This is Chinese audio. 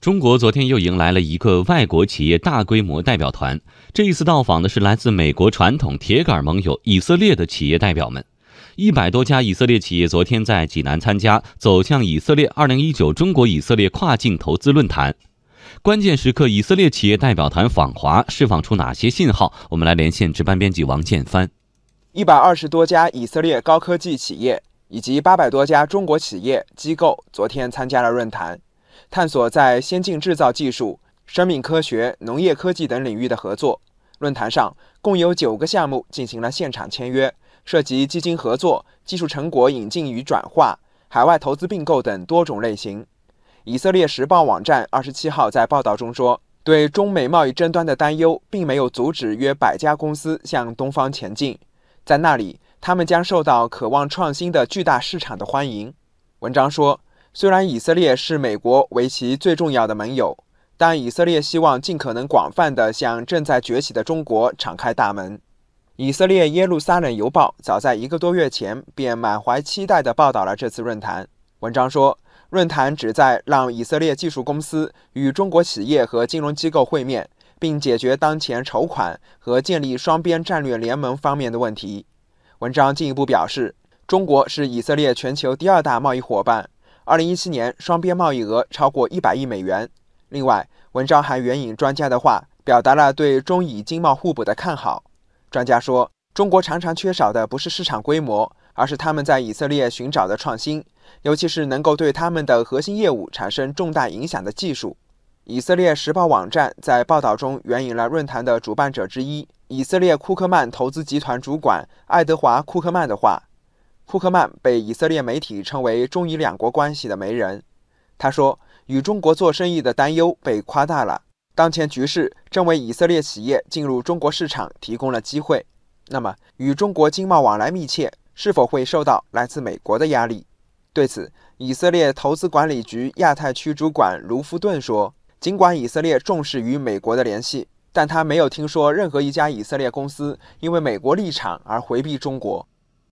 中国昨天又迎来了一个外国企业大规模代表团，这一次到访的是来自美国传统铁杆盟友以色列的企业代表们。100多家以色列企业昨天在济南参加走向以色列2019中国以色列跨境投资论坛。关键时刻，以色列企业代表团访华释放出哪些信号？我们来连线值班编辑王建帆。 120多家以色列高科技企业以及800多家中国企业机构昨天参加了论坛，探索在先进制造技术、生命科学、农业科技等领域的合作。论坛上共有9个项目进行了现场签约，涉及基金合作、技术成果引进与转化、海外投资并购等多种类型。以色列时报网站27号在报道中说，对中美贸易争端的担忧并没有阻止约100家公司向东方前进，在那里他们将受到渴望创新的巨大市场的欢迎。文章说，虽然以色列是美国为其最重要的盟友，但以色列希望尽可能广泛地向正在崛起的中国敞开大门。以色列耶路撒冷邮报早在1个多月前便满怀期待地报道了这次论坛。文章说，论坛旨在让以色列技术公司与中国企业和金融机构会面，并解决当前筹款和建立双边战略联盟方面的问题。文章进一步表示，中国是以色列全球第2大贸易伙伴，2017年双边贸易额超过100亿美元。另外，文章还援引专家的话，表达了对中以经贸互补的看好。专家说，中国常常缺少的不是市场规模，而是他们在以色列寻找的创新，尤其是能够对他们的核心业务产生重大影响的技术。以色列时报网站在报道中援引了论坛的主办者之一，以色列库克曼投资集团主管爱德华·库克曼的话。库克曼被以色列媒体称为中以两国关系的媒人。他说，与中国做生意的担忧被夸大了，当前局势正为以色列企业进入中国市场提供了机会。那么，与中国经贸往来密切，是否会受到来自美国的压力？对此，以色列投资管理局亚太区主管卢夫顿说，尽管以色列重视与美国的联系，但他没有听说任何一家以色列公司因为美国立场而回避中国。